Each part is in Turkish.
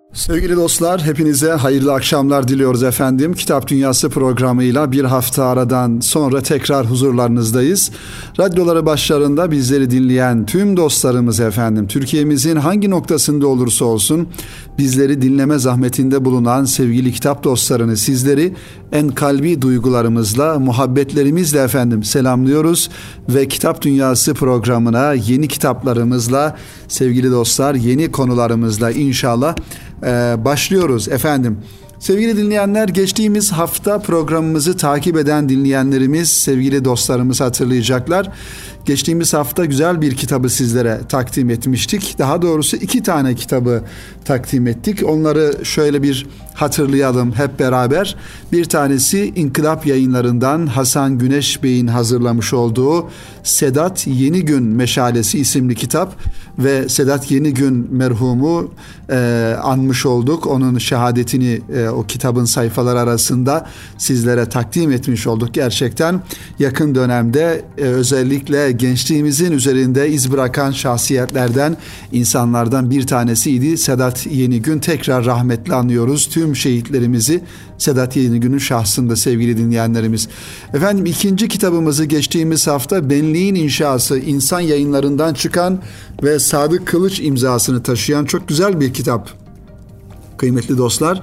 Sevgili dostlar, hepinize hayırlı akşamlar diliyoruz efendim. Kitap Dünyası programıyla bir hafta aradan sonra tekrar huzurlarınızdayız. Radyoları başlarında bizleri dinleyen tüm dostlarımız efendim, Türkiye'mizin hangi noktasında olursa olsun bizleri dinleme zahmetinde bulunan sevgili kitap dostlarını, sizleri en kalbi duygularımızla, muhabbetlerimizle efendim selamlıyoruz ve Kitap Dünyası programına yeni kitaplarımızla, sevgili dostlar, yeni konularımızla inşallah başlıyoruz efendim. Sevgili dinleyenler, geçtiğimiz hafta programımızı takip eden dinleyenlerimiz, sevgili dostlarımız hatırlayacaklar. Geçtiğimiz hafta güzel bir kitabı sizlere takdim etmiştik. Daha doğrusu 2 tane kitabı takdim ettik. Onları şöyle bir hatırlayalım hep beraber. Bir tanesi İnkılap Yayınlarından Hasan Güneş Bey'in hazırlamış olduğu Sedat Yenigün Meşalesi isimli kitap ve Sedat Yenigün merhumu anmış olduk. Onun şehadetini o kitabın sayfaları arasında sizlere takdim etmiş olduk. Gerçekten yakın dönemde özellikle gençliğimizin üzerinde iz bırakan şahsiyetlerden, insanlardan bir tanesiydi. Sedat Yenigün, tekrar rahmetli anıyoruz tüm şehitlerimizi Sedat Yenigün'ün şahsında sevgili dinleyenlerimiz. Efendim, ikinci kitabımızı geçtiğimiz hafta Benliğin İnşası, İnsan Yayınlarından çıkan ve Sadık Kılıç imzasını taşıyan çok güzel bir kitap. Kıymetli dostlar,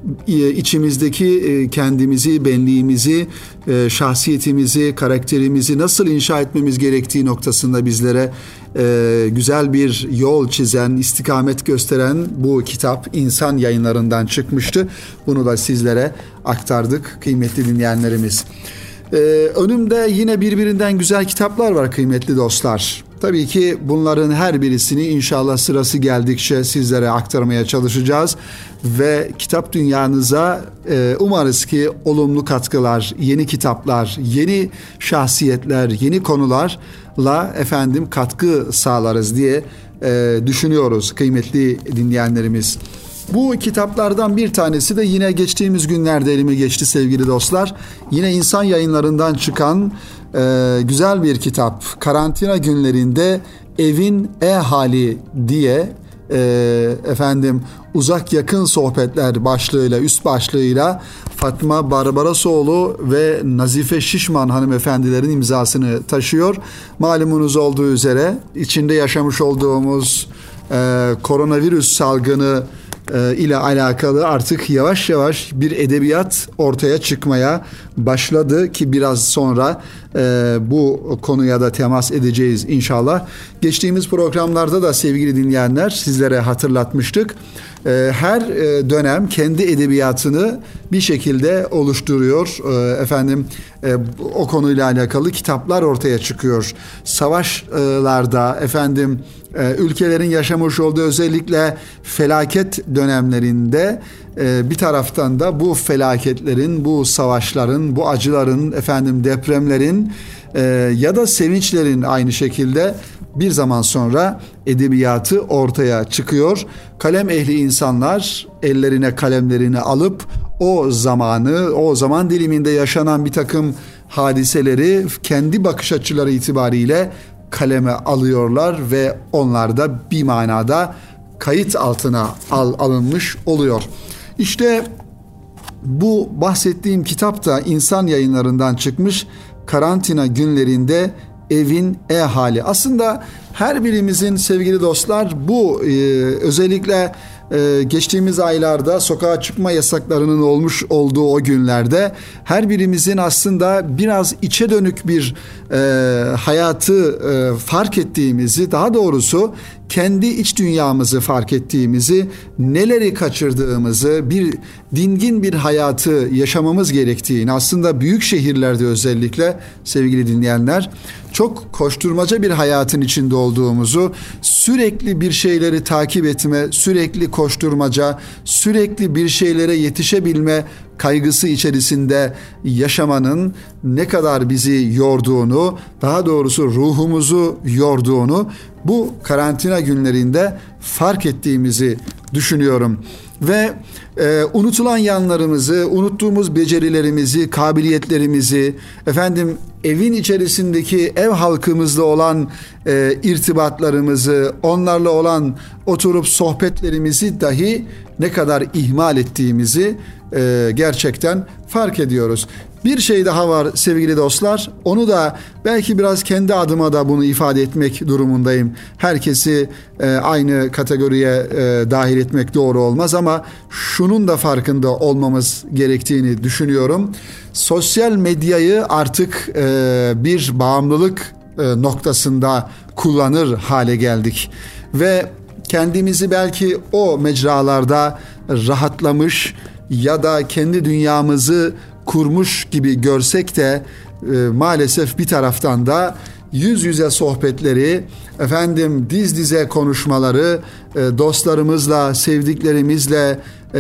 içimizdeki kendimizi, benliğimizi, şahsiyetimizi, karakterimizi nasıl inşa etmemiz gerektiği noktasında bizlere güzel bir yol çizen, istikamet gösteren bu kitap İnsan Yayınlarından çıkmıştı. Bunu da sizlere aktardık kıymetli dinleyenlerimiz. Önümde yine birbirinden güzel kitaplar var kıymetli dostlar. Tabii ki bunların her birisini inşallah sırası geldikçe sizlere aktarmaya çalışacağız ve kitap dünyanıza umarız ki olumlu katkılar, yeni kitaplar, yeni şahsiyetler, yeni konularla efendim katkı sağlarız diye düşünüyoruz kıymetli dinleyenlerimiz. Bu kitaplardan bir tanesi de yine geçtiğimiz günlerde elime geçti sevgili dostlar. Yine İnsan Yayınlarından çıkan güzel bir kitap. Karantina günlerinde evin hali diye efendim uzak yakın sohbetler başlığıyla, üst başlığıyla Fatma Barbarasoğlu ve Nazife Şişman hanımefendilerin imzasını taşıyor. Malumunuz olduğu üzere içinde yaşamış olduğumuz koronavirüs salgını ile alakalı artık yavaş yavaş bir edebiyat ortaya çıkmaya başladı ki biraz sonra bu konuya da temas edeceğiz inşallah. Geçtiğimiz programlarda da sevgili dinleyenler sizlere hatırlatmıştık. Her dönem kendi edebiyatını bir şekilde oluşturuyor. O konuyla alakalı kitaplar ortaya çıkıyor. Savaşlarda ülkelerin yaşamış olduğu özellikle felaket dönemlerinde bir taraftan da bu felaketlerin, bu savaşların, bu acıların, depremlerin ya da sevinçlerin aynı şekilde bir zaman sonra edebiyatı ortaya çıkıyor. Kalem ehli insanlar ellerine kalemlerini alıp o zaman diliminde yaşanan bir takım hadiseleri kendi bakış açıları itibariyle kaleme alıyorlar ve onlar da bir manada kayıt altına alınmış oluyor. İşte bu bahsettiğim kitap da İnsan Yayınlarından çıkmış. Karantina günlerinde evin hali. Aslında her birimizin sevgili dostlar bu özellikle geçtiğimiz aylarda sokağa çıkma yasaklarının olmuş olduğu o günlerde her birimizin aslında biraz içe dönük bir hayatı fark ettiğimizi, daha doğrusu kendi iç dünyamızı fark ettiğimizi, neleri kaçırdığımızı, bir dingin bir hayatı yaşamamız gerektiğini, aslında büyük şehirlerde özellikle sevgili dinleyenler çok koşturmaca bir hayatın içinde olduğumuzu, sürekli bir şeyleri takip etme, sürekli koşturmaca, sürekli bir şeylere yetişebilme kaygısı içerisinde yaşamanın ne kadar bizi yorduğunu, daha doğrusu ruhumuzu yorduğunu bu karantina günlerinde fark ettiğimizi düşünüyorum. Ve unutulan yanlarımızı, unuttuğumuz becerilerimizi, kabiliyetlerimizi, evin içerisindeki ev halkımızla olan irtibatlarımızı, onlarla olan oturup sohbetlerimizi dahi ne kadar ihmal ettiğimizi gerçekten fark ediyoruz. Bir şey daha var sevgili dostlar. Onu da belki biraz kendi adıma da bunu ifade etmek durumundayım. Herkesi aynı kategoriye dahil etmek doğru olmaz ama şunun da farkında olmamız gerektiğini düşünüyorum. Sosyal medyayı artık bir bağımlılık noktasında kullanır hale geldik. Ve kendimizi belki o mecralarda rahatlamış ya da kendi dünyamızı kurmuş gibi görsek de maalesef bir taraftan da yüz yüze sohbetleri, diz dize konuşmaları, dostlarımızla, sevdiklerimizle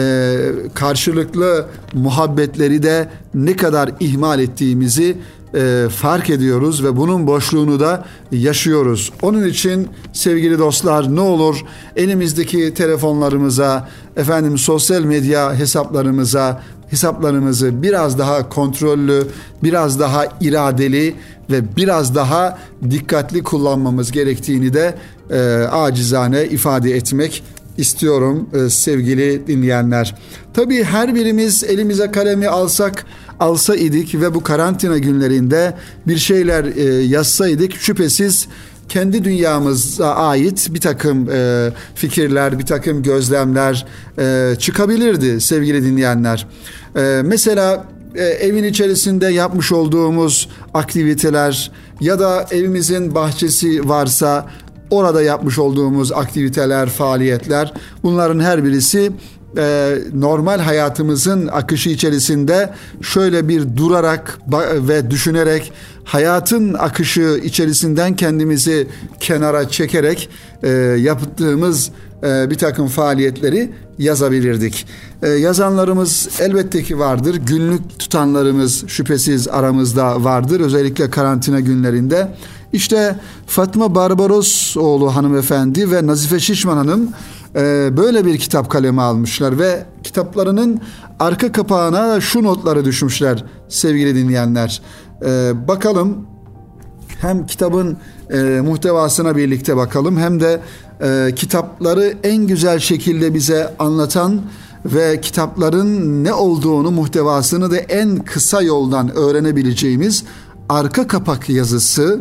karşılıklı muhabbetleri de ne kadar ihmal ettiğimizi fark ediyoruz ve bunun boşluğunu da yaşıyoruz. Onun için sevgili dostlar, ne olur elimizdeki telefonlarımıza, sosyal medya hesaplarımızı biraz daha kontrollü, biraz daha iradeli ve biraz daha dikkatli kullanmamız gerektiğini de acizane ifade etmek istiyorum sevgili dinleyenler. Tabii her birimiz elimize kalemi alsa idik ve bu karantina günlerinde bir şeyler yazsaydık, şüphesiz kendi dünyamıza ait bir takım fikirler, bir takım gözlemler çıkabilirdi sevgili dinleyenler. Mesela evin içerisinde yapmış olduğumuz aktiviteler ya da evimizin bahçesi varsa orada yapmış olduğumuz aktiviteler, faaliyetler, bunların her birisi normal hayatımızın akışı içerisinde şöyle bir durarak ve düşünerek hayatın akışı içerisinden kendimizi kenara çekerek yaptığımız bir takım faaliyetleri yazabilirdik. Yazanlarımız elbette ki vardır. Günlük tutanlarımız şüphesiz aramızda vardır. Özellikle karantina günlerinde. İşte Fatma Barbarosoğlu hanımefendi ve Nazife Şişman Hanım böyle bir kitap kalemi almışlar ve kitaplarının arka kapağına şu notları düşmüşler sevgili dinleyenler. Bakalım, hem kitabın muhtevasına birlikte bakalım hem de kitapları en güzel şekilde bize anlatan ve kitapların ne olduğunu, muhtevasını da en kısa yoldan öğrenebileceğimiz arka kapak yazısı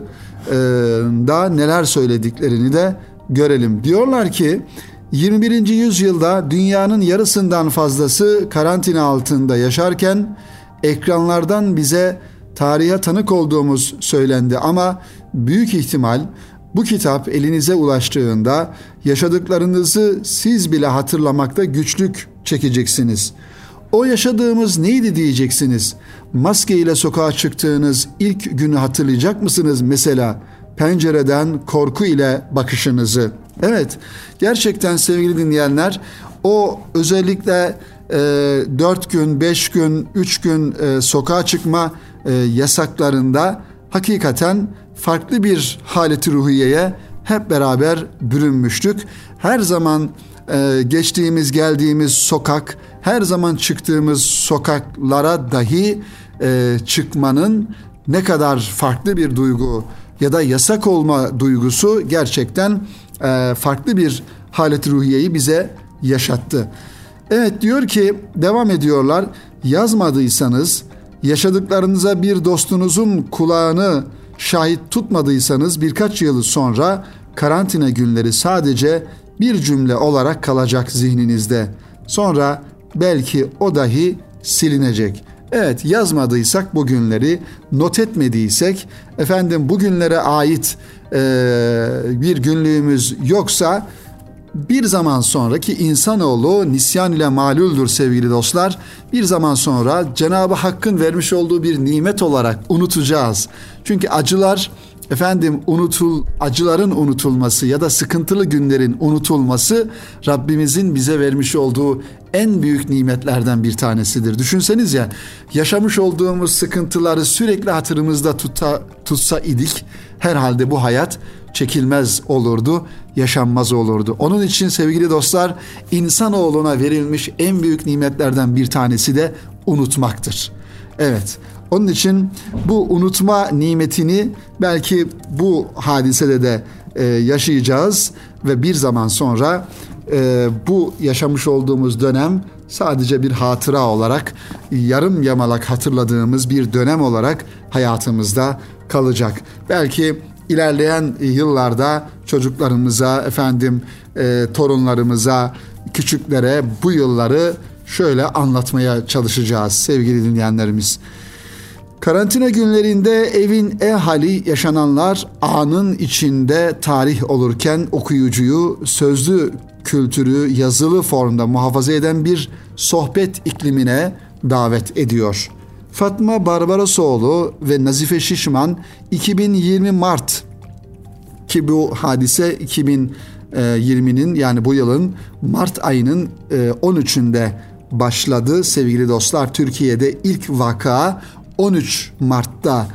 da neler söylediklerini de görelim. Diyorlar ki 21. yüzyılda dünyanın yarısından fazlası karantina altında yaşarken ekranlardan bize tarihe tanık olduğumuz söylendi ama büyük ihtimal bu kitap elinize ulaştığında yaşadıklarınızı siz bile hatırlamakta güçlük çekeceksiniz. O yaşadığımız neydi diyeceksiniz. Maske ile sokağa çıktığınız ilk günü hatırlayacak mısınız mesela? Pencereden korku ile bakışınızı. Evet, gerçekten sevgili dinleyenler, o özellikle 4 gün, 5 gün, 3 gün sokağa çıkma yasaklarında hakikaten farklı bir haleti ruhiyeye hep beraber bürünmüştük. Her zaman geçtiğimiz, geldiğimiz sokak, her zaman çıktığımız sokaklara dahi çıkmanın ne kadar farklı bir duygu ya da yasak olma duygusu gerçekten farklı bir halet ruhiyeyi bize yaşattı. Evet, diyor ki, devam ediyorlar. Yazmadıysanız, yaşadıklarınıza bir dostunuzun kulağını şahit tutmadıysanız birkaç yıl sonra karantina günleri sadece bir cümle olarak kalacak zihninizde. Sonra belki o dahi silinecek. Evet, yazmadıysak bu günleri, not etmediysek, bugünlere ait bir günlüğümüz yoksa bir zaman sonraki insanoğlu nisyan ile maluldur sevgili dostlar. Bir zaman sonra Cenab-ı Hakk'ın vermiş olduğu bir nimet olarak unutacağız. Çünkü acılar, acıların unutulması ya da sıkıntılı günlerin unutulması Rabbimizin bize vermiş olduğu en büyük nimetlerden bir tanesidir. Düşünseniz ya, yaşamış olduğumuz sıkıntıları sürekli hatırımızda tutsa idik, herhalde bu hayat çekilmez olurdu, yaşanmaz olurdu. Onun için sevgili dostlar, insanoğluna verilmiş en büyük nimetlerden bir tanesi de unutmaktır. Evet, Onun için bu unutma nimetini belki bu hadisede de yaşayacağız ve bir zaman sonra bu yaşamış olduğumuz dönem sadece bir hatıra olarak, yarım yamalak hatırladığımız bir dönem olarak hayatımızda kalacak. Belki ilerleyen yıllarda çocuklarımıza, torunlarımıza, küçüklere bu yılları şöyle anlatmaya çalışacağız sevgili dinleyenlerimiz. Karantina günlerinde evin hali yaşananlar anın içinde tarih olurken okuyucuyu sözlü kültürü yazılı formda muhafaza eden bir sohbet iklimine davet ediyor. Fatma Barbarosoğlu ve Nazife Şişman 2020 Mart, ki bu hadise 2020'nin yani bu yılın Mart ayının 13'ünde başladı sevgili dostlar. Türkiye'de ilk vaka 13 Mart'ta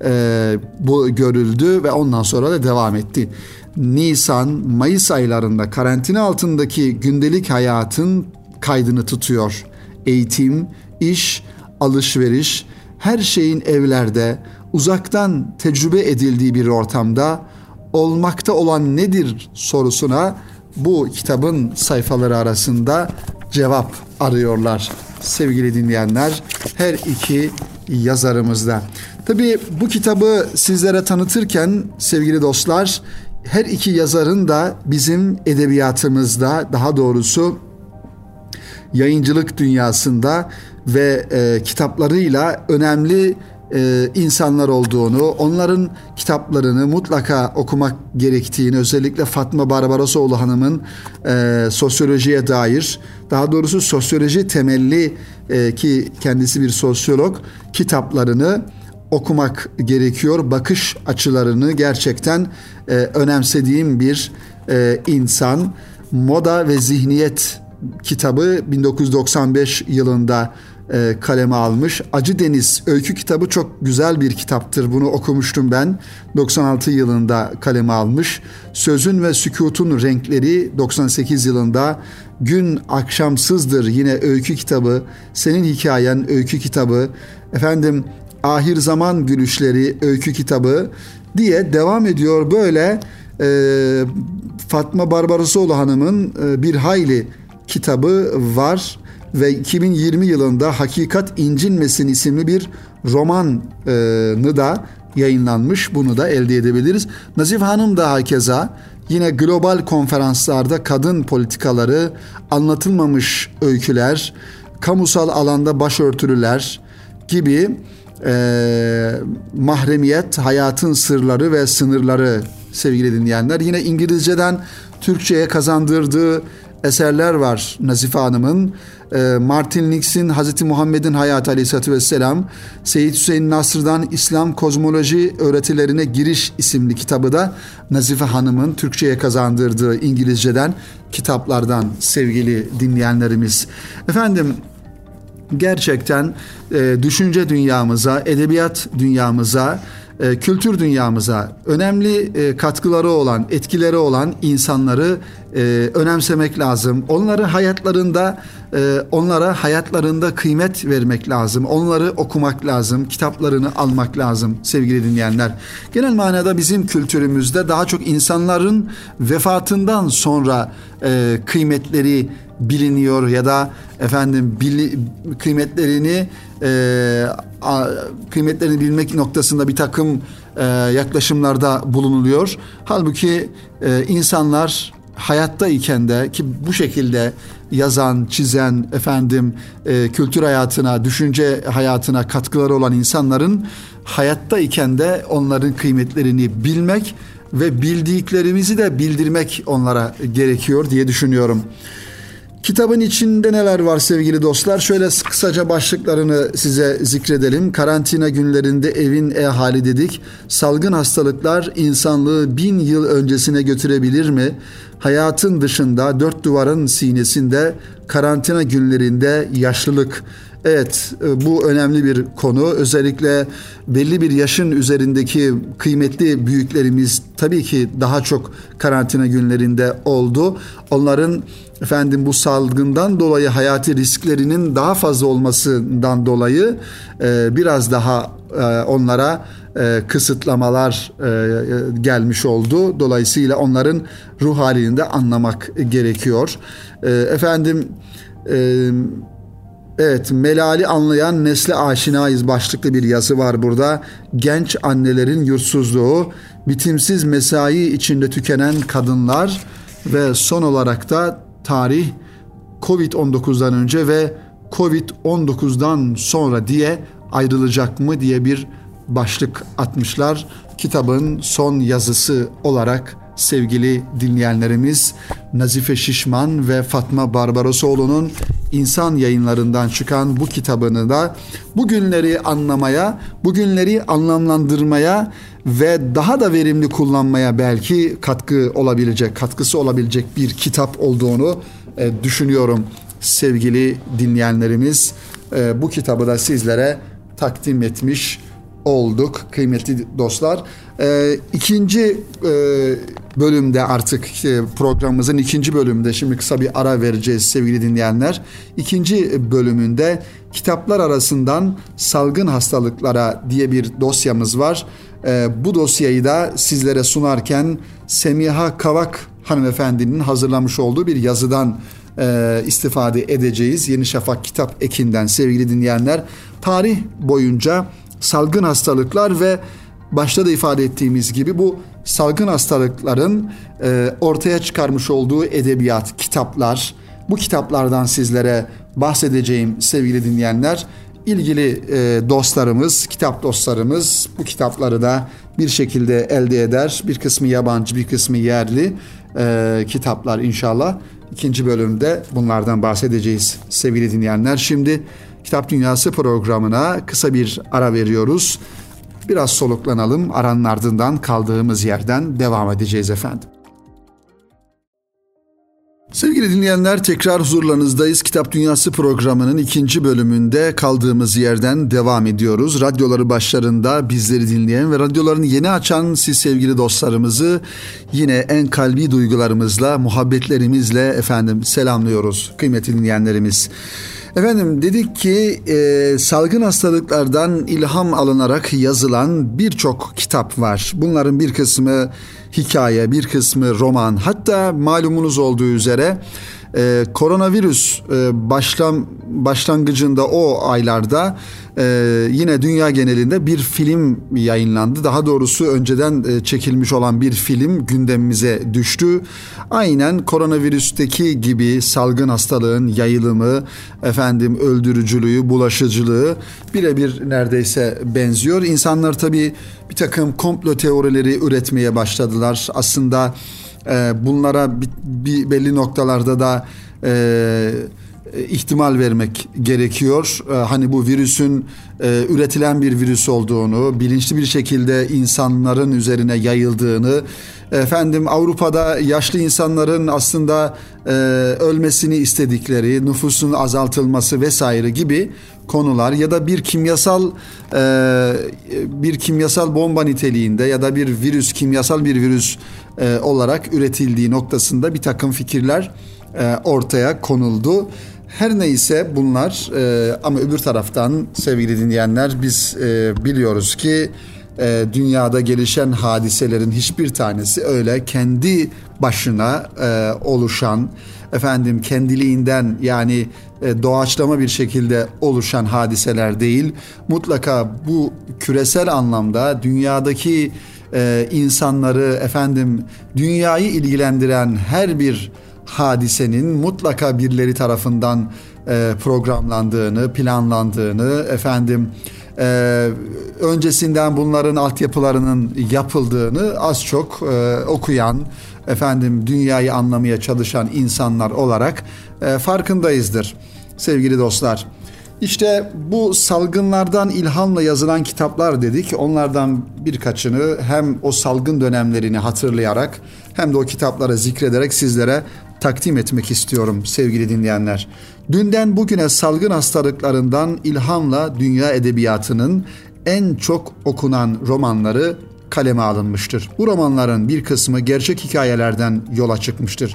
bu görüldü ve ondan sonra da devam etti. Nisan, Mayıs aylarında karantina altındaki gündelik hayatın kaydını tutuyor. Eğitim, iş, alışveriş, her şeyin evlerde, uzaktan tecrübe edildiği bir ortamda olmakta olan nedir sorusuna bu kitabın sayfaları arasında cevap arıyorlar sevgili dinleyenler, her iki yazarımızda. Tabii bu kitabı sizlere tanıtırken sevgili dostlar, her iki yazarın da bizim edebiyatımızda, daha doğrusu yayıncılık dünyasında ve kitaplarıyla önemli insanlar olduğunu, onların kitaplarını mutlaka okumak gerektiğini, özellikle Fatma Barbarosoğlu Hanım'ın sosyolojiye dair, daha doğrusu sosyoloji temelli, ki kendisi bir sosyolog, kitaplarını okumak gerekiyor. Bakış açılarını gerçekten önemsediğim bir insan. Moda ve Zihniyet kitabı 1995 yılında kaleme almış. Acı Deniz öykü kitabı çok güzel bir kitaptır. Bunu okumuştum ben. 96 yılında kaleme almış. Sözün ve Sükutun Renkleri 98 yılında. Gün Akşamsızdır yine öykü kitabı. Senin Hikayen öykü kitabı. Ahir Zaman Gülüşleri öykü kitabı diye devam ediyor. Böyle Fatma Barbarosoğlu Hanım'ın bir hayli kitabı var ve 2020 yılında Hakikat İncinmesin isimli bir romanı da yayınlanmış. Bunu da elde edebiliriz. Nazife Hanım da hakeza yine global konferanslarda kadın politikaları, anlatılmamış öyküler, kamusal alanda başörtülüler gibi mahremiyet, hayatın sırları ve sınırları sevgili dinleyenler. Yine İngilizceden Türkçe'ye kazandırdığı eserler var Nazife Hanım'ın. Martin Nix'in Hazreti Muhammed'in Hayatı Aleyhisselatü Vesselam, Seyyid Hüseyin Nasr'dan İslam Kozmoloji Öğretilerine Giriş isimli kitabı da Nazife Hanım'ın Türkçe'ye kazandırdığı İngilizceden kitaplardan sevgili dinleyenlerimiz. Gerçekten düşünce dünyamıza, edebiyat dünyamıza, kültür dünyamıza önemli katkıları olan, etkileri olan insanları önemsemek lazım. Onlara hayatlarında kıymet vermek lazım. Onları okumak lazım. Kitaplarını almak lazım sevgili dinleyenler. Genel manada bizim kültürümüzde daha çok insanların vefatından sonra kıymetleri biliniyor ya da kıymetlerini bilmek noktasında bir takım yaklaşımlarda bulunuluyor. Halbuki insanlar hayattayken de, ki bu şekilde yazan, çizen, kültür hayatına, düşünce hayatına katkıları olan insanların hayattayken de onların kıymetlerini bilmek ve bildiklerimizi de bildirmek onlara gerekiyor diye düşünüyorum. Kitabın içinde neler var sevgili dostlar? Şöyle kısaca başlıklarını size zikredelim. Karantina günlerinde evin hali dedik. Salgın hastalıklar insanlığı 1000 yıl öncesine götürebilir mi? Hayatın dışında, dört duvarın sinesinde, karantina günlerinde yaşlılık. Evet, bu önemli bir konu. Özellikle belli bir yaşın üzerindeki kıymetli büyüklerimiz tabii ki daha çok karantina günlerinde oldu. Onların efendim bu salgından dolayı hayati risklerinin daha fazla olmasından dolayı biraz daha onlara kısıtlamalar gelmiş oldu. Dolayısıyla onların ruh halini de anlamak gerekiyor. Efendim evet, melali anlayan nesle aşinayız başlıklı bir yazı var burada. Genç annelerin yurtsuzluğu, bitimsiz mesai içinde tükenen kadınlar ve son olarak da tarih Covid-19'dan önce ve Covid-19'dan sonra diye ayrılacak mı diye bir başlık atmışlar. Kitabın son yazısı olarak sevgili dinleyenlerimiz, Nazife Şişman ve Fatma Barbarosoğlu'nun İnsan Yayınlarından çıkan bu kitabını da bugünleri anlamaya, bugünleri anlamlandırmaya ve daha da verimli kullanmaya belki katkısı olabilecek bir kitap olduğunu düşünüyorum sevgili dinleyenlerimiz. Bu kitabı da sizlere takdim etmiş olduk kıymetli dostlar. İkinci bölümde artık programımızın ikinci bölümünde şimdi kısa bir ara vereceğiz sevgili dinleyenler. İkinci bölümünde kitaplar arasından salgın hastalıklara diye bir dosyamız var. Bu dosyayı da sizlere sunarken Semiha Kavak hanımefendinin hazırlamış olduğu bir yazıdan istifade edeceğiz. Yeni Şafak Kitap Eki'nden sevgili dinleyenler. Tarih boyunca salgın hastalıklar ve başta da ifade ettiğimiz gibi bu salgın hastalıkların ortaya çıkarmış olduğu edebiyat, kitaplar, bu kitaplardan sizlere bahsedeceğim sevgili dinleyenler. İlgili dostlarımız, kitap dostlarımız bu kitapları da bir şekilde elde eder. Bir kısmı yabancı, bir kısmı yerli kitaplar inşallah. İkinci bölümde bunlardan bahsedeceğiz sevgili dinleyenler. Şimdi Kitap Dünyası programına kısa bir ara veriyoruz. Biraz soluklanalım. Aranın ardından kaldığımız yerden devam edeceğiz efendim. Sevgili dinleyenler, tekrar huzurlarınızdayız. Kitap Dünyası programının ikinci bölümünde kaldığımız yerden devam ediyoruz. Radyoları başlarında bizleri dinleyen ve radyolarını yeni açan siz sevgili dostlarımızı yine en kalbi duygularımızla, muhabbetlerimizle efendim selamlıyoruz kıymetli dinleyenlerimiz. Efendim dedik ki salgın hastalıklardan ilham alınarak yazılan birçok kitap var. Bunların bir kısmı hikaye, bir kısmı roman. Hatta malumunuz olduğu üzere koronavirüs başlangıcında o aylarda yine dünya genelinde bir film yayınlandı. Daha doğrusu önceden çekilmiş olan bir film gündemimize düştü. Aynen koronavirüsteki gibi salgın hastalığın yayılımı, efendim öldürücülüğü, bulaşıcılığı birebir neredeyse benziyor. İnsanlar tabii bir takım komplo teorileri üretmeye başladılar. Aslında bunlara belli noktalarda da ihtimal vermek gerekiyor. Hani bu virüsün üretilen bir virüs olduğunu, bilinçli bir şekilde insanların üzerine yayıldığını, efendim Avrupa'da yaşlı insanların aslında ölmesini istedikleri, nüfusun azaltılması vesaire gibi konular ya da bir kimyasal bomba niteliğinde ya da bir virüs, kimyasal bir virüs olarak üretildiği noktasında bir takım fikirler ortaya konuldu. Her neyse bunlar ama öbür taraftan sevgili dinleyenler biz biliyoruz ki dünyada gelişen hadiselerin hiçbir tanesi öyle kendi başına oluşan, efendim kendiliğinden yani doğaçlama bir şekilde oluşan hadiseler değil. Mutlaka bu küresel anlamda dünyadaki insanları, efendim dünyayı ilgilendiren her bir hadisenin mutlaka birileri tarafından programlandığını, planlandığını, efendim öncesinden bunların altyapılarının yapıldığını az çok okuyan, efendim dünyayı anlamaya çalışan insanlar olarak farkındayızdır sevgili dostlar. İşte bu salgınlardan ilhamla yazılan kitaplar dedik. Onlardan birkaçını hem o salgın dönemlerini hatırlayarak hem de o kitapları zikrederek sizlere takdim etmek istiyorum sevgili dinleyenler. Dünden bugüne salgın hastalıklarından ilhamla dünya edebiyatının en çok okunan romanları kaleme alınmıştır. Bu romanların bir kısmı gerçek hikayelerden yola çıkmıştır.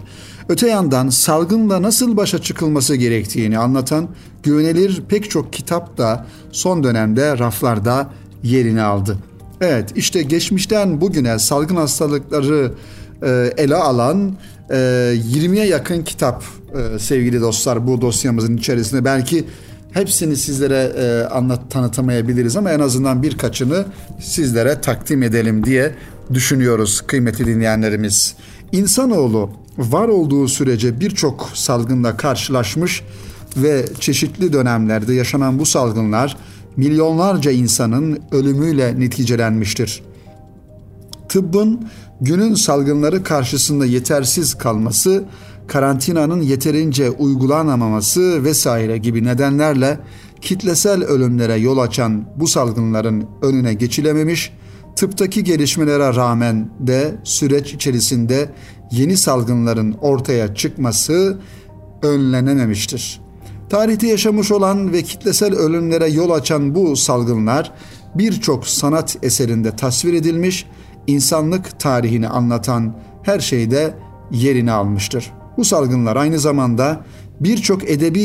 Öte yandan salgınla nasıl başa çıkılması gerektiğini anlatan güvenilir pek çok kitap da son dönemde raflarda yerini aldı. Evet, işte geçmişten bugüne salgın hastalıkları ele alan 20'ye yakın kitap sevgili dostlar bu dosyamızın içerisinde. Belki hepsini sizlere tanıtamayabiliriz ama en azından birkaçını sizlere takdim edelim diye düşünüyoruz kıymetli dinleyenlerimiz. İnsanoğlu var olduğu sürece birçok salgınla karşılaşmış ve çeşitli dönemlerde yaşanan bu salgınlar milyonlarca insanın ölümüyle neticelenmiştir. Tıbbın günün salgınları karşısında yetersiz kalması, karantinanın yeterince uygulanamaması vesaire gibi nedenlerle kitlesel ölümlere yol açan bu salgınların önüne geçilememiş, tıptaki gelişmelere rağmen de süreç içerisinde yeni salgınların ortaya çıkması önlenememiştir. Tarihte yaşamış olan ve kitlesel ölümlere yol açan bu salgınlar birçok sanat eserinde tasvir edilmiş, insanlık tarihini anlatan her şeyde yerini almıştır. Bu salgınlar aynı zamanda birçok edebi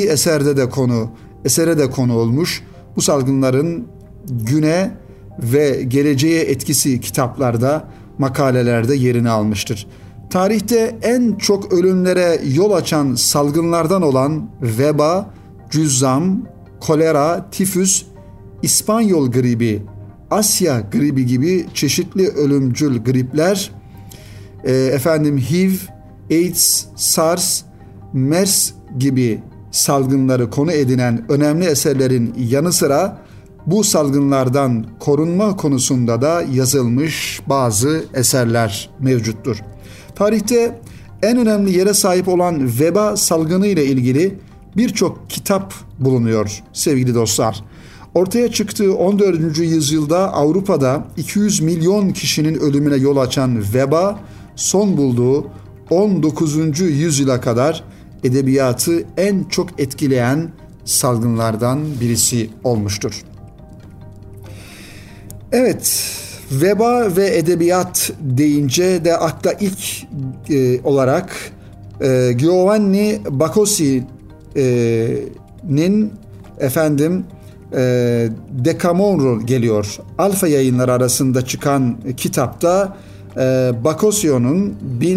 esere de konu olmuş. Bu salgınların güne ve geleceğe etkisi kitaplarda, makalelerde yerini almıştır. Tarihte en çok ölümlere yol açan salgınlardan olan veba, cüzzam, kolera, tifüs, İspanyol gribi, Asya gribi gibi çeşitli ölümcül gripler, HIV, AIDS, SARS, MERS gibi salgınları konu edinen önemli eserlerin yanı sıra bu salgınlardan korunma konusunda da yazılmış bazı eserler mevcuttur. Tarihte en önemli yere sahip olan veba salgını ile ilgili birçok kitap bulunuyor sevgili dostlar. Ortaya çıktığı 14. yüzyılda Avrupa'da 200 milyon kişinin ölümüne yol açan veba son bulduğu 19. yüzyıla kadar edebiyatı en çok etkileyen salgınlardan birisi olmuştur. Evet, veba ve edebiyat deyince de akla ilk olarak Giovanni Boccacci'nin Decamerone geliyor. Alfa Yayınları arasında çıkan kitapta Boccaccio'nun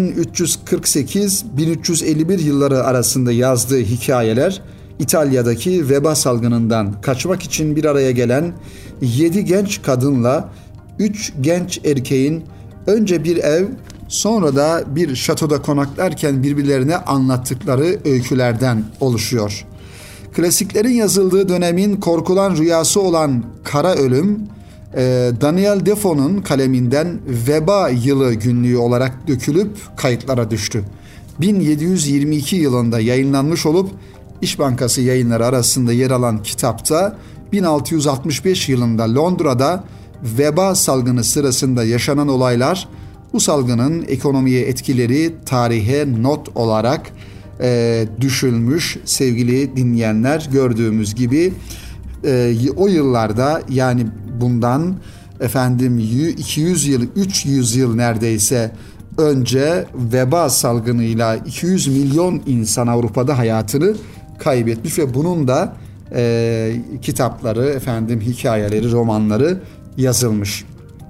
1348-1351 yılları arasında yazdığı hikayeler İtalya'daki veba salgınından kaçmak için bir araya gelen 7 genç kadınla 3 genç erkeğin önce bir ev sonra da bir şatoda konaklarken birbirlerine anlattıkları öykülerden oluşuyor. Klasiklerin yazıldığı dönemin korkulan rüyası olan Kara Ölüm, Daniel Defoe'nun kaleminden Veba Yılı günlüğü olarak dökülüp kayıtlara düştü. 1722 yılında yayınlanmış olup İş Bankası Yayınları arasında yer alan kitapta 1665 yılında Londra'da veba salgını sırasında yaşanan olaylar, bu salgının ekonomiye etkileri tarihe not olarak düşülmüş sevgili dinleyenler. Gördüğümüz gibi o yıllarda, yani bundan 200 yıl 300 yıl neredeyse önce veba salgınıyla 200 milyon insan Avrupa'da hayatını kaybetmiş ve bunun da kitapları, hikayeleri, romanları yazılmış.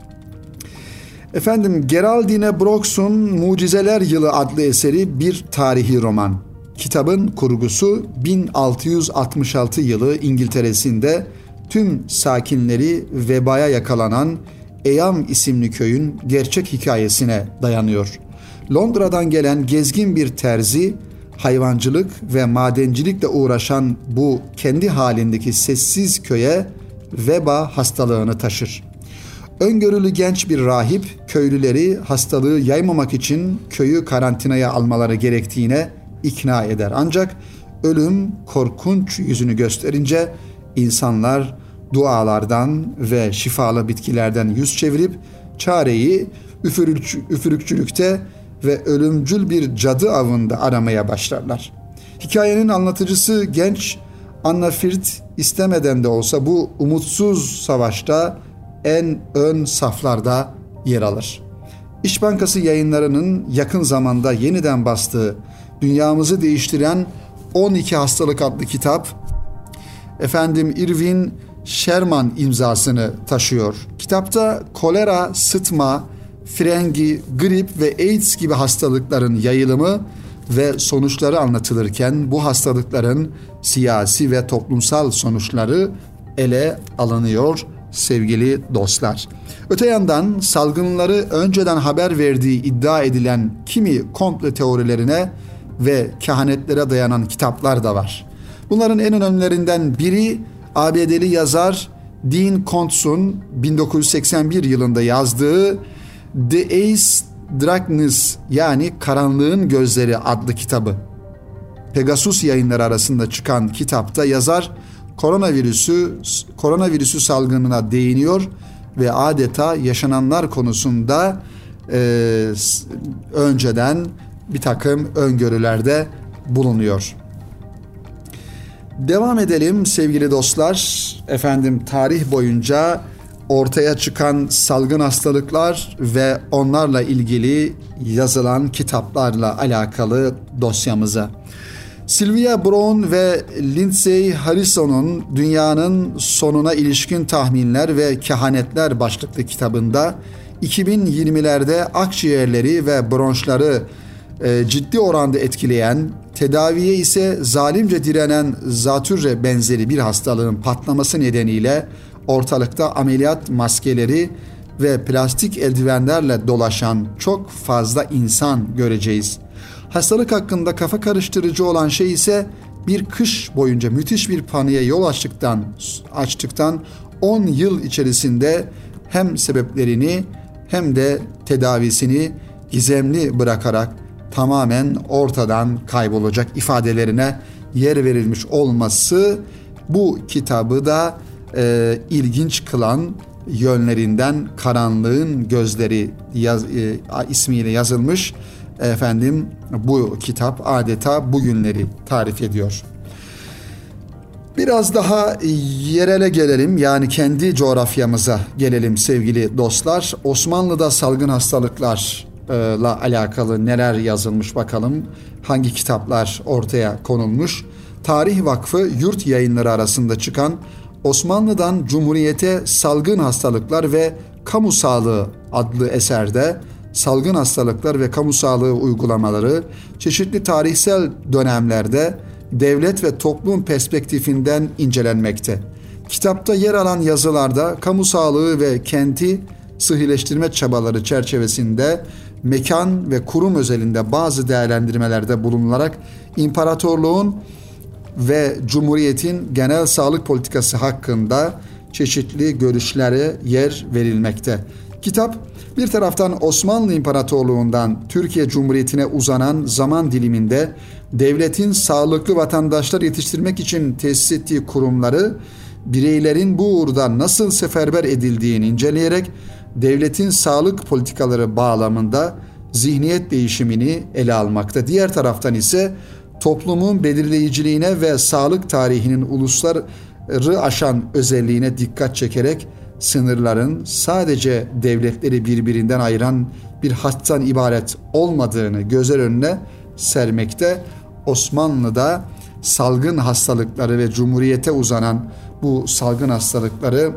Geraldine Brox'un Mucizeler Yılı adlı eseri bir tarihi roman. Kitabın kurgusu 1666 yılı İngiltere'sinde tüm sakinleri vebaya yakalanan Eyam isimli köyün gerçek hikayesine dayanıyor. Londra'dan gelen gezgin bir terzi, hayvancılık ve madencilikle uğraşan bu kendi halindeki sessiz köye veba hastalığını taşır. Öngörülü genç bir rahip köylüleri hastalığı yaymamak için köyü karantinaya almaları gerektiğine ikna eder. Ancak ölüm korkunç yüzünü gösterince insanlar dualardan ve şifalı bitkilerden yüz çevirip çareyi üfürükçülükte ve ölümcül bir cadı avında aramaya başlarlar. Hikayenin anlatıcısı genç Anna Firth istemeden de olsa bu umutsuz savaşta en ön saflarda yer alır. İş Bankası Yayınları'nın yakın zamanda yeniden bastığı Dünyamızı Değiştiren 12 Hastalık adlı kitap, Irvin Sherman imzasını taşıyor. Kitapta kolera, sıtma, frengi, grip ve AIDS gibi hastalıkların yayılımı ve sonuçları anlatılırken bu hastalıkların siyasi ve toplumsal sonuçları ele alınıyor sevgili dostlar. Öte yandan salgınları önceden haber verdiği iddia edilen kimi komplo teorilerine ve kehanetlere dayanan kitaplar da var. Bunların en önemlilerinden biri ABD'li yazar Dean Koontz'un 1981 yılında yazdığı The Ace Darkness yani Karanlığın Gözleri adlı kitabı. Pegasus Yayınları arasında çıkan kitapta yazar koronavirüsü salgınına değiniyor ve adeta yaşananlar konusunda önceden bir takım öngörülerde bulunuyor. Devam edelim sevgili dostlar. Tarih boyunca ortaya çıkan salgın hastalıklar ve onlarla ilgili yazılan kitaplarla alakalı dosyamıza. Sylvia Browne ve Lindsay Harrison'un Dünyanın Sonuna İlişkin Tahminler ve Kehanetler başlıklı kitabında 2020'lerde akciğerleri ve bronşları ciddi oranda etkileyen, tedaviye ise zalimce direnen zatürre benzeri bir hastalığın patlaması nedeniyle ortalıkta ameliyat maskeleri ve plastik eldivenlerle dolaşan çok fazla insan göreceğiz. Hastalık hakkında kafa karıştırıcı olan şey ise bir kış boyunca müthiş bir paniğe yol açtıktan 10 yıl içerisinde hem sebeplerini hem de tedavisini gizemli bırakarak tamamen ortadan kaybolacak ifadelerine yer verilmiş olması bu kitabı da ilginç kılan yönlerinden. Karanlığın Gözleri ismiyle yazılmış. Bu kitap adeta bugünleri tarif ediyor. Biraz daha yerele gelelim, yani kendi coğrafyamıza gelelim sevgili dostlar. Osmanlı'da salgın hastalıklarla alakalı neler yazılmış bakalım. Hangi kitaplar ortaya konulmuş? Tarih Vakfı Yurt Yayınları arasında çıkan Osmanlı'dan Cumhuriyete Salgın Hastalıklar ve Kamu Sağlığı adlı eserde salgın hastalıklar ve kamu sağlığı uygulamaları çeşitli tarihsel dönemlerde devlet ve toplum perspektifinden incelenmekte. Kitapta yer alan yazılarda kamu sağlığı ve kenti sıhhileştirme çabaları çerçevesinde mekan ve kurum özelinde bazı değerlendirmelerde bulunularak imparatorluğun ve Cumhuriyet'in genel sağlık politikası hakkında çeşitli görüşlere yer verilmekte. Kitap bir taraftan Osmanlı İmparatorluğu'ndan Türkiye Cumhuriyeti'ne uzanan zaman diliminde devletin sağlıklı vatandaşlar yetiştirmek için tesis ettiği kurumları, bireylerin bu uğurda nasıl seferber edildiğini inceleyerek devletin sağlık politikaları bağlamında zihniyet değişimini ele almakta. Diğer taraftan ise toplumun belirleyiciliğine ve sağlık tarihinin ulusları aşan özelliğine dikkat çekerek sınırların sadece devletleri birbirinden ayıran bir hattan ibaret olmadığını gözler önüne sermekte. Osmanlı'da salgın hastalıkları ve Cumhuriyete uzanan bu salgın hastalıkları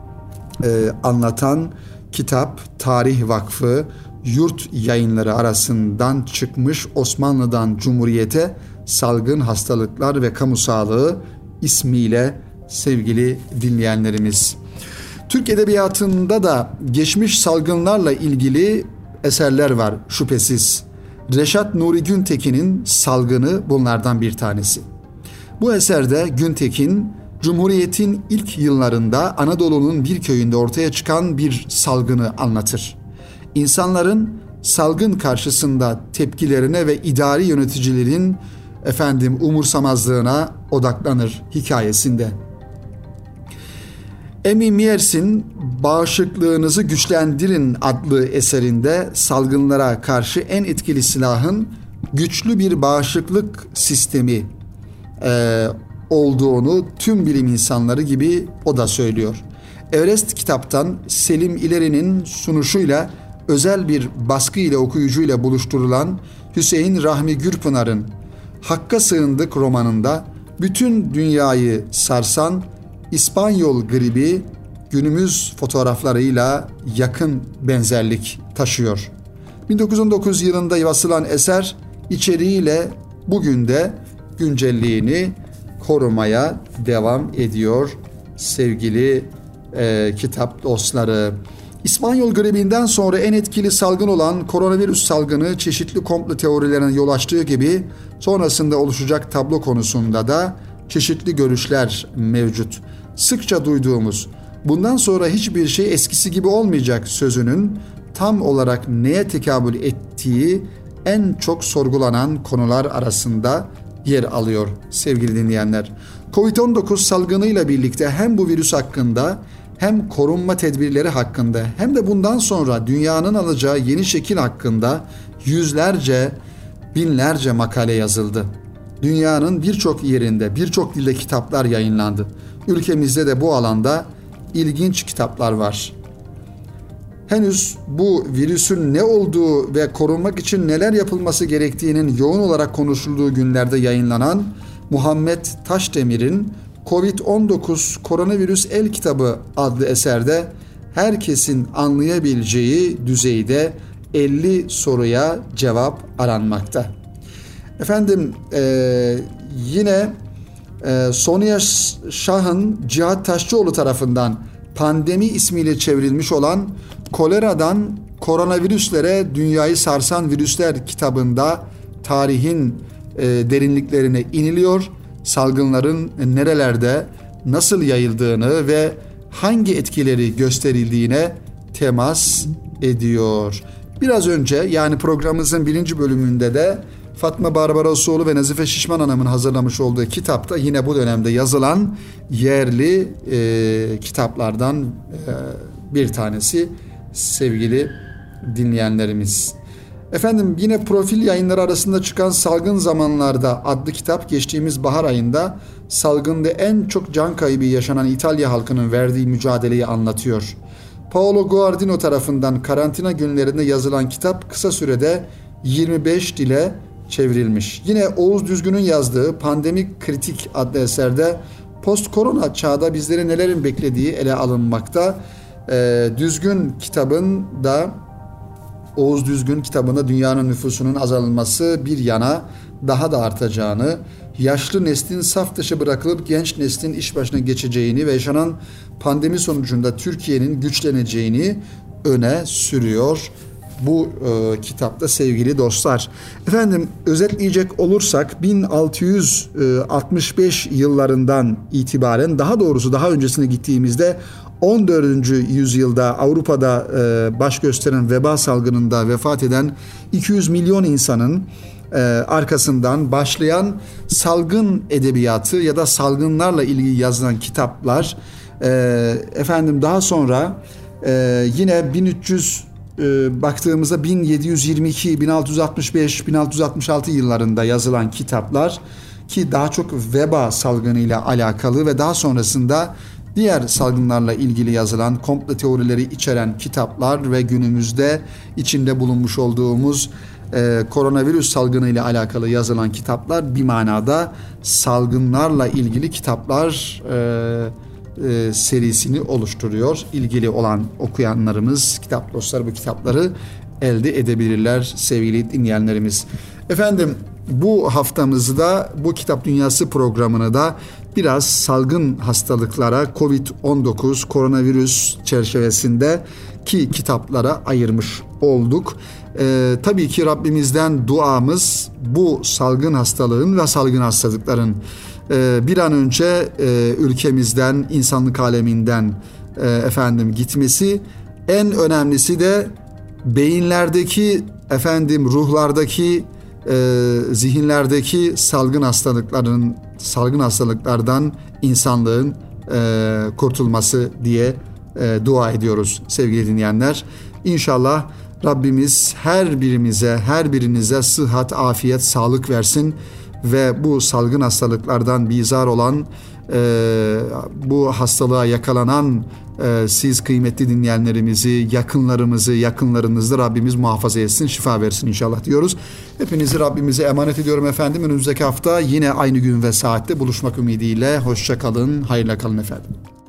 anlatan kitap Tarih Vakfı Yurt Yayınları arasından çıkmış Osmanlı'dan Cumhuriyete Salgın Hastalıklar ve Kamu Sağlığı ismiyle sevgili dinleyenlerimiz. Türk Edebiyatı'nda da geçmiş salgınlarla ilgili eserler var şüphesiz. Reşat Nuri Güntekin'in Salgını bunlardan bir tanesi. Bu eserde Güntekin, Cumhuriyet'in ilk yıllarında Anadolu'nun bir köyünde ortaya çıkan bir salgını anlatır. İnsanların salgın karşısında tepkilerine ve idari yöneticilerin umursamazlığına odaklanır hikayesinde. Amy Miers'in Bağışıklığınızı Güçlendirin adlı eserinde salgınlara karşı en etkili silahın güçlü bir bağışıklık sistemi olduğunu tüm bilim insanları gibi o da söylüyor. Everest kitaptan Selim İleri'nin sunuşuyla özel bir baskı ile okuyucuyla buluşturulan Hüseyin Rahmi Gürpınar'ın Hakka Sığındık romanında bütün dünyayı sarsan İspanyol gribi günümüz fotoğraflarıyla yakın benzerlik taşıyor. 1919 yılında basılan eser içeriğiyle bugün de güncelliğini korumaya devam ediyor sevgili kitap dostları. İspanyol gribinden sonra en etkili salgın olan koronavirüs salgını çeşitli komplo teorilerine yol açtığı gibi sonrasında oluşacak tablo konusunda da çeşitli görüşler mevcut. Sıkça duyduğumuz bundan sonra hiçbir şey eskisi gibi olmayacak sözünün tam olarak neye tekabül ettiği en çok sorgulanan konular arasında yer alıyor sevgili dinleyenler. Covid-19 salgınıyla birlikte hem bu virüs hakkında hem korunma tedbirleri hakkında hem de bundan sonra dünyanın alacağı yeni şekil hakkında yüzlerce, binlerce makale yazıldı. Dünyanın birçok yerinde, birçok dilde kitaplar yayınlandı. Ülkemizde de bu alanda ilginç kitaplar var. Henüz bu virüsün ne olduğu ve korunmak için neler yapılması gerektiğinin yoğun olarak konuşulduğu günlerde yayınlanan Muhammed Taşdemir'in Covid-19 Koronavirüs El Kitabı adlı eserde herkesin anlayabileceği düzeyde 50 soruya cevap aranmakta. Efendim yine Sonya Şah'ın Cihat Taşçıoğlu tarafından Pandemi ismiyle çevrilmiş olan Koleradan Koronavirüslere Dünyayı Sarsan Virüsler kitabında tarihin derinliklerine iniliyor. Salgınların nerelerde nasıl yayıldığını ve hangi etkileri gösterildiğine temas ediyor. Biraz önce yani programımızın 1. bölümünde de Fatma Barbarosoğlu ve Nazife Şişman Hanım'ın hazırlamış olduğu kitapta yine bu dönemde yazılan yerli kitaplardan bir tanesi sevgili dinleyenlerimiz. Efendim yine Profil Yayınları arasında çıkan Salgın Zamanlarda adlı kitap geçtiğimiz bahar ayında salgında en çok can kaybı yaşanan İtalya halkının verdiği mücadeleyi anlatıyor. Paolo Guardino tarafından karantina günlerinde yazılan kitap kısa sürede 25 dile çevrilmiş. Yine Oğuz Düzgün'ün yazdığı Pandemik Kritik adlı eserde post-korona çağda bizleri nelerin beklediği ele alınmakta. Düzgün kitabında Oğuz Düzgün kitabında dünyanın nüfusunun azalması bir yana daha da artacağını, yaşlı neslin saf dışı bırakılıp genç neslin iş başına geçeceğini ve yaşanan pandemi sonucunda Türkiye'nin güçleneceğini öne sürüyor bu kitapta sevgili dostlar. Efendim özetleyecek olursak 1665 yıllarından itibaren daha doğrusu daha öncesine gittiğimizde 14. yüzyılda Avrupa'da baş gösteren veba salgınında vefat eden 200 milyon insanın arkasından başlayan salgın edebiyatı ya da salgınlarla ilgili yazılan kitaplar efendim daha sonra yine 1300 baktığımızda 1722, 1665, 1666 yıllarında yazılan kitaplar ki daha çok veba salgınıyla alakalı ve daha sonrasında diğer salgınlarla ilgili yazılan komplo teorileri içeren kitaplar ve günümüzde içinde bulunmuş olduğumuz koronavirüs salgınıyla alakalı yazılan kitaplar bir manada salgınlarla ilgili kitaplar serisini oluşturuyor. İlgili olan okuyanlarımız, kitap dostları bu kitapları elde edebilirler sevgili dinleyenlerimiz. Efendim bu haftamızda bu Kitap Dünyası programını da biraz salgın hastalıklara Covid-19 koronavirüs çerçevesinde ki kitaplara ayırmış olduk. Tabii ki Rabbimizden duamız bu salgın hastalığın ve salgın hastalıkların bir an önce ülkemizden, insanlık aleminden gitmesi, en önemlisi de beyinlerdeki ruhlardaki zihinlerdeki salgın hastalıklardan insanlığın kurtulması diye dua ediyoruz sevgili dinleyenler. İnşallah Rabbimiz her birinize sıhhat, afiyet, sağlık versin ve bu salgın hastalıklardan bizar olan, bu hastalığa yakalanan siz kıymetli dinleyenlerimizi, yakınlarınızı Rabbimiz muhafaza etsin, şifa versin inşallah diyoruz. Hepinizi Rabbimize emanet ediyorum efendim. Önümüzdeki hafta yine aynı gün ve saatte buluşmak ümidiyle. Hoşça kalın, hayırla kalın efendim.